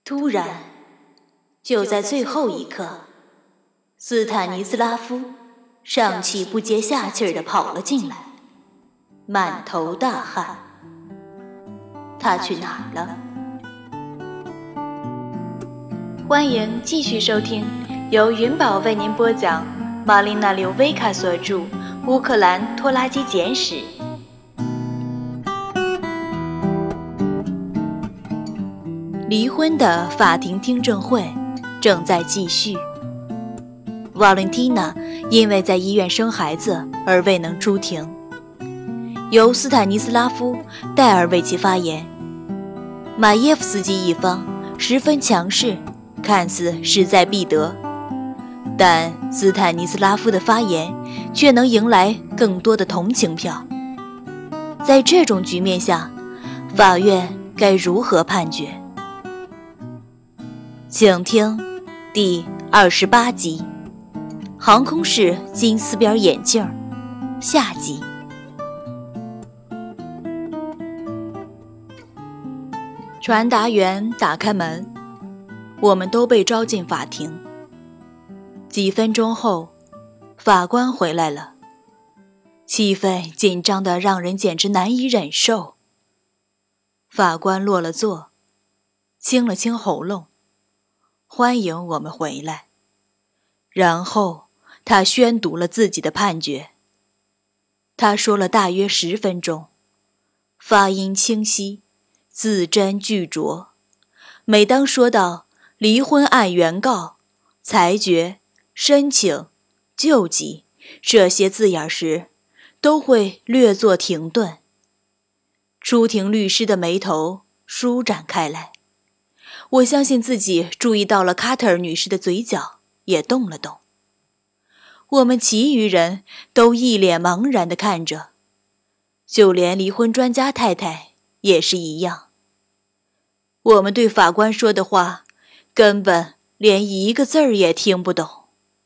突然，就在最后一刻，斯坦尼斯拉夫上气不接下气地跑了进来，满头大汗。他去哪儿了？ 欢迎继续收听由云宝为您播讲玛丽娜·刘维卡所著《乌克兰拖拉机简史》。 离婚的法庭听证会正在继续。瓦伦蒂娜因为在医院生孩子而未能出庭，由斯坦尼斯拉夫·戴尔为其发言。马耶夫斯基一方十分强势，看似势在必得，但斯坦尼斯拉夫的发言却能迎来更多的同情票。在这种局面下，法院该如何判决？请听第28集航空式金丝边眼镜下集。传达员打开门，我们都被招进法庭。几分钟后，法官回来了，气氛紧张得让人简直难以忍受。法官落了座，清了清喉咙，欢迎我们回来。然后他宣读了自己的判决。他说了大约10分钟，发音清晰，字斟句酌。每当说到离婚案原告、裁决、申请、救济这些字眼时，都会略作停顿。出庭律师的眉头舒展开来。我相信自己注意到了卡特尔女士的嘴角也动了动。我们其余人都一脸茫然地看着，就连离婚专家太太也是一样。我们对法官说的话根本连一个字儿也听不懂。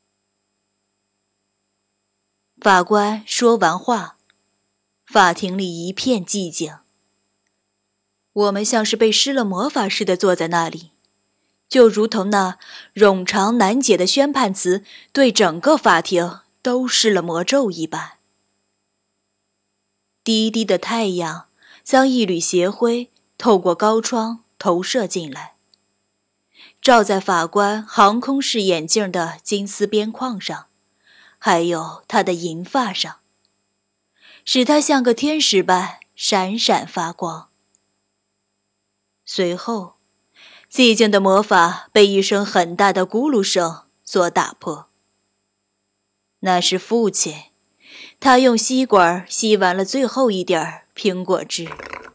法官说完话，法庭里一片寂静。我们像是被施了魔法似的坐在那里，就如同那冗长难解的宣判词对整个法庭都施了魔咒一般。低低的太阳将一缕斜晖透过高窗投射进来，照在法官航空式眼镜的金丝边框上，还有他的银发上，使他像个天使般闪闪发光。随后，寂静的魔法被一声很大的咕噜声所打破。那是父亲，他用吸管吸完了最后一点苹果汁。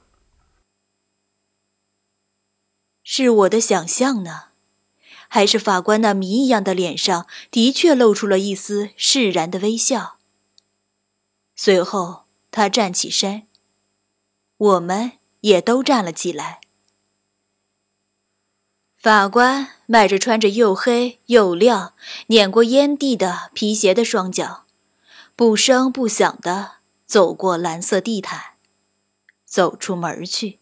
是我的想象呢？还是法官那谜一样的脸上的确露出了一丝释然的微笑？随后他站起身，我们也都站了起来。法官迈着穿着又黑又亮、碾过烟蒂的皮鞋的双脚，不声不响地走过蓝色地毯，走出门去。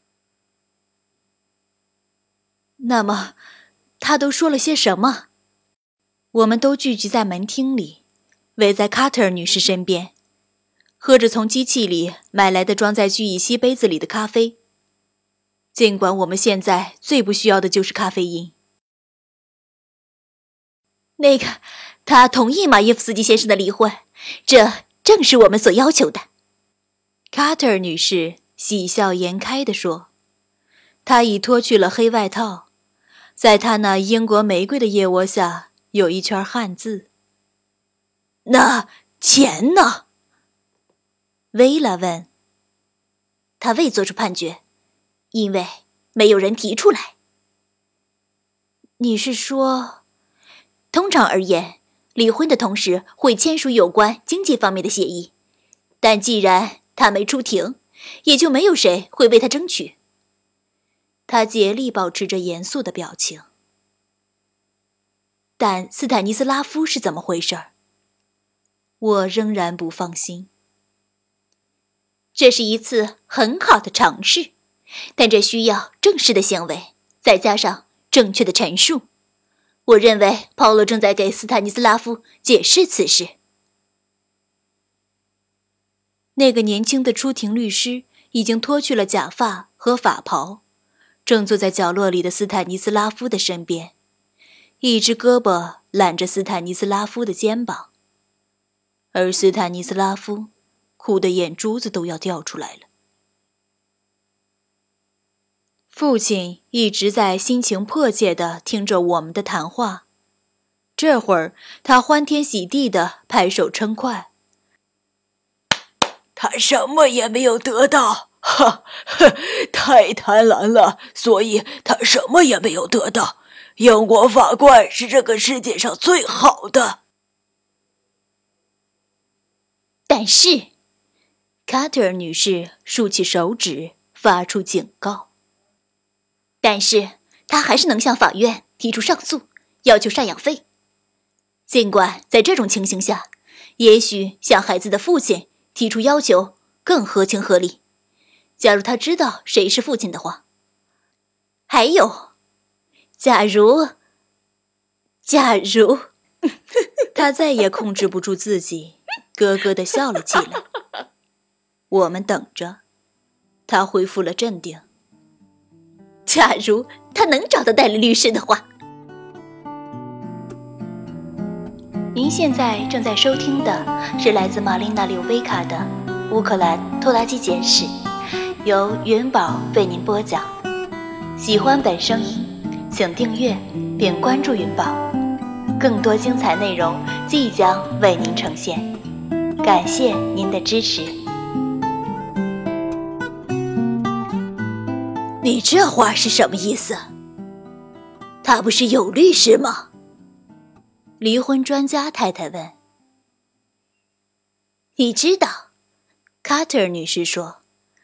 那么，他都说了些什么？我们都聚集在门厅里，围在卡特尔女士身边，喝着从机器里买来的装在聚乙烯杯子里的咖啡。尽管我们现在最不需要的就是咖啡因。他同意马耶夫斯基先生的离婚，这正是我们所要求的。卡特尔女士喜笑颜开地说，她已脱去了黑外套，在她那英国玫瑰的腋窝下有一圈汗渍。那钱呢？薇拉问。他未做出判决，因为没有人提出来。你是说，通常而言，离婚的同时会签署有关经济方面的协议，但既然他没出庭，也就没有谁会为他争取。他竭力保持着严肃的表情。但斯坦尼斯拉夫是怎么回事？我仍然不放心。这是一次很好的尝试，但这需要正式的行为，再加上正确的陈述。我认为保罗正在给斯坦尼斯拉夫解释此事。那个年轻的出庭律师已经脱去了假发和法袍，正坐在角落里的斯坦尼斯拉夫的身边，一只胳膊揽着斯坦尼斯拉夫的肩膀，而斯坦尼斯拉夫哭得眼珠子都要掉出来了。父亲一直在心情迫切地听着我们的谈话，这会儿他欢天喜地地拍手称快。 他什么也没有得到，太贪婪了，所以他什么也没有得到。英国法官是这个世界上最好的。 但是，卡特尔女士竖起手指，发出警告。但是她还是能向法院提出上诉，要求赡养费。尽管在这种情形下，也许向孩子的父亲提出要求更合情合理，假如他知道谁是父亲的话。还有，假如他再也控制不住自己，咯咯地笑了起来。我们等着，他恢复了镇定。假如他能找到代理律师的话。 您现在正在收听的是来自玛丽娜·柳维卡的《乌克兰拖拉机简史》，由云宝为您播讲。喜欢本声音，请订阅并关注云宝，更多精彩内容即将为您呈现。感谢您的支持。 你这话是什么意思？他不是有律师吗？离婚专家太太问。你知道，卡特尔女士说，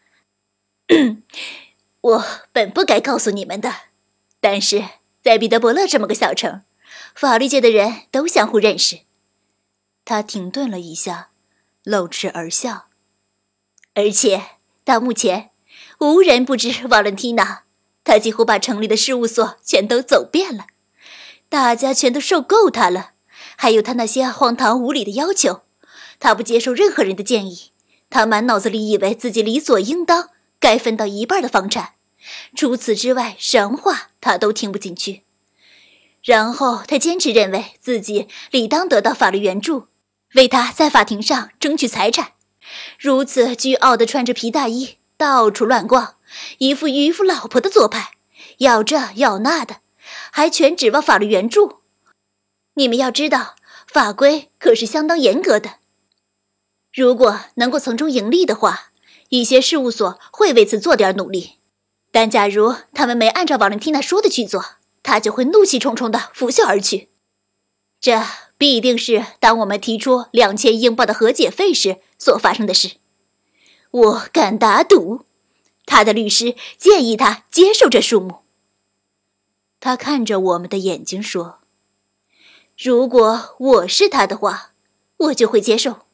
我本不该告诉你们的，但是在彼得伯勒这么个小城，法律界的人都相互认识。她停顿了一下，露齿而笑。而且到目前无人不知瓦伦蒂娜，她几乎把城里的事务所全都走遍了，大家全都受够她了，还有她那些荒唐无理的要求。她不接受任何人的建议，她满脑子里以为自己理所应当该分到一半的房产，除此之外什么话她都听不进去。然后她坚持认为自己理当得到法律援助，为她在法庭上争取财产，如此倨傲地穿着皮大衣到处乱逛，一副渔夫老婆的做派，要这要那的，还全指望法律援助。你们要知道，法规可是相当严格的，如果能够从中盈利的话，一些事务所会为此做点努力，但假如他们没按照瓦伦蒂娜说的去做，他就会怒气冲冲地拂袖而去。这必定是当我们提出2000英镑的和解费时所发生的事。我敢打赌，他的律师建议他接受这数目。他看着我们的眼睛说，如果我是他的话，我就会接受。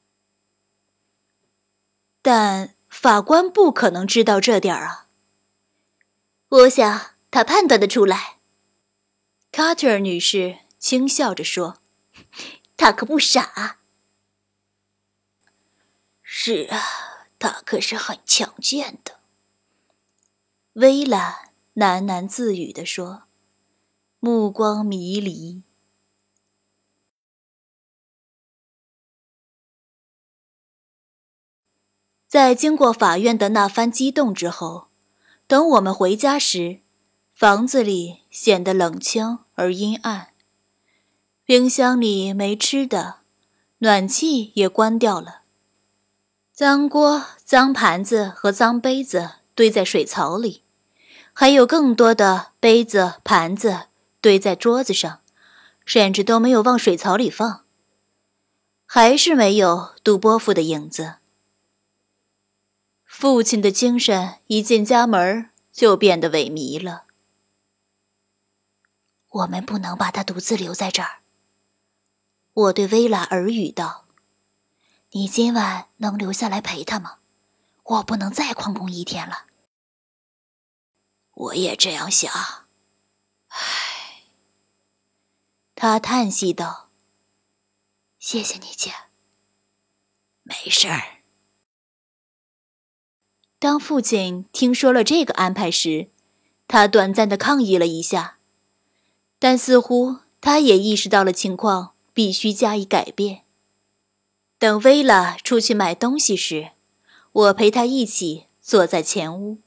但法官不可能知道这点啊。我想他判断得出来。卡特尔女士轻笑着说，他可不傻。是啊，他可是很强健的。薇拉喃喃自语地说，目光迷离。在经过法院的那番激动之后，等我们回家时，房子里显得冷清而阴暗。冰箱里没吃的，暖气也关掉了。脏锅、脏盘子和脏杯子堆在水槽里，还有更多的杯子、盘子堆在桌子上，甚至都没有往水槽里放。还是没有杜波夫的影子。父亲的精神一进家门就变得萎靡了。我们不能把他独自留在这儿。我对薇拉耳语道，你今晚能留下来陪他吗？我不能再旷工一天了。我也这样想。 他叹息道：“ 谢谢你，姐。” 没事儿。 当父亲听说了这个安排时，他短暂地抗议了一下，但似乎他也意识到了情况必须加以改变。等薇拉出去买东西时，我陪她一起坐在前屋。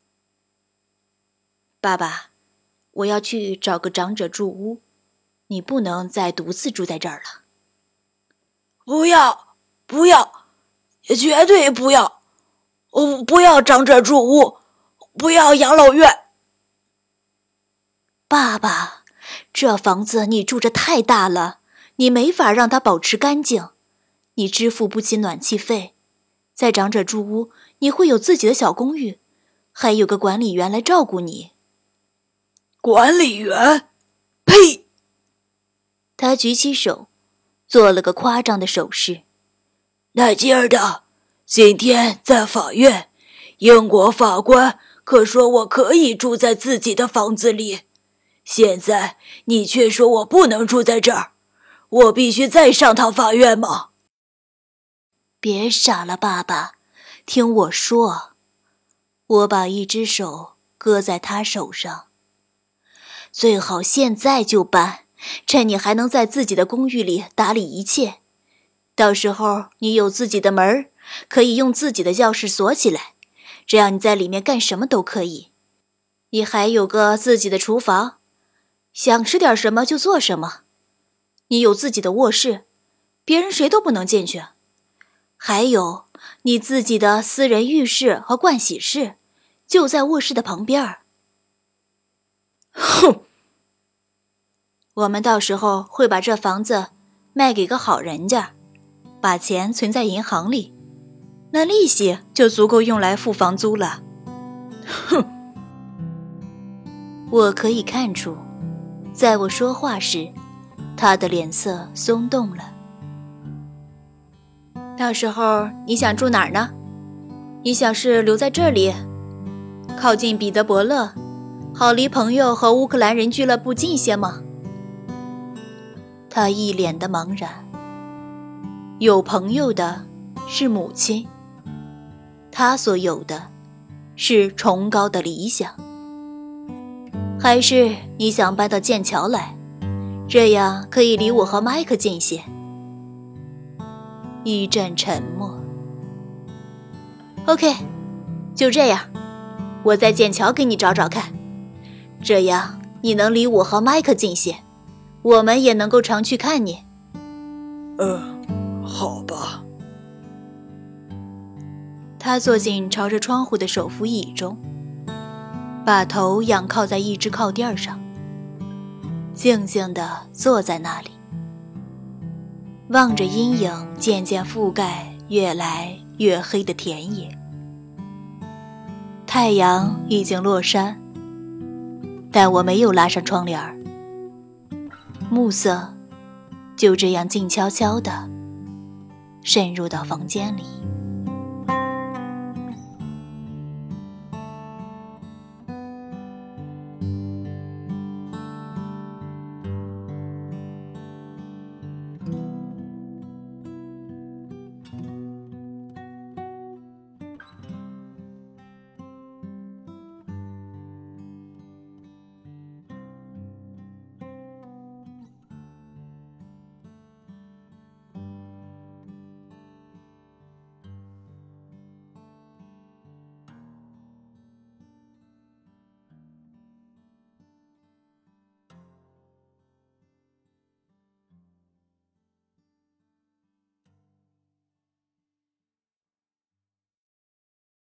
爸爸，我要去找个长者住屋，你不能再独自住在这儿了。 不要，不要，绝对不要！我不要长者住屋，不要养老院。 爸爸，这房子你住着太大了，你没法让它保持干净，你支付不起暖气费。在长者住屋，你会有自己的小公寓，还有个管理员来照顾你。 管理员？呸！ 他举起手，做了个夸张的手势。 那劲儿的，今天在法院，英国法官可说我可以住在自己的房子里，现在你却说我不能住在这儿，我必须再上趟法院吗？ 别傻了，爸爸，听我说。我把一只手搁在他手上。最好现在就搬，趁你还能在自己的公寓里打理一切。到时候你有自己的门，可以用自己的钥匙锁起来，这样你在里面干什么都可以。你还有个自己的厨房，想吃点什么就做什么。你有自己的卧室，别人谁都不能进去。还有你自己的私人浴室和盥洗室，就在卧室的旁边。 哼！ 我们到时候会把这房子卖给个好人家，把钱存在银行里，那利息就足够用来付房租了。 哼！ 我可以看出，在我说话时，他的脸色松动了。到时候你想住哪儿呢？你想是留在这里，靠近彼得伯勒，好离朋友和乌克兰人俱乐部近些吗？他一脸的茫然。有朋友的是母亲，他所有的是崇高的理想。还是你想搬到剑桥来，这样可以离我和麦克近些？一阵沉默。OK， 就这样，我在剑桥给你找找看，这样你能离我和麦克近些，我们也能够常去看你。 好吧。 他坐进朝着窗户的手扶椅中，把头仰靠在一只靠垫上，静静地坐在那里，望着阴影渐渐覆盖越来越黑的田野。太阳已经落山，但我没有拉上窗帘，暮色就这样静悄悄地渗入到房间里。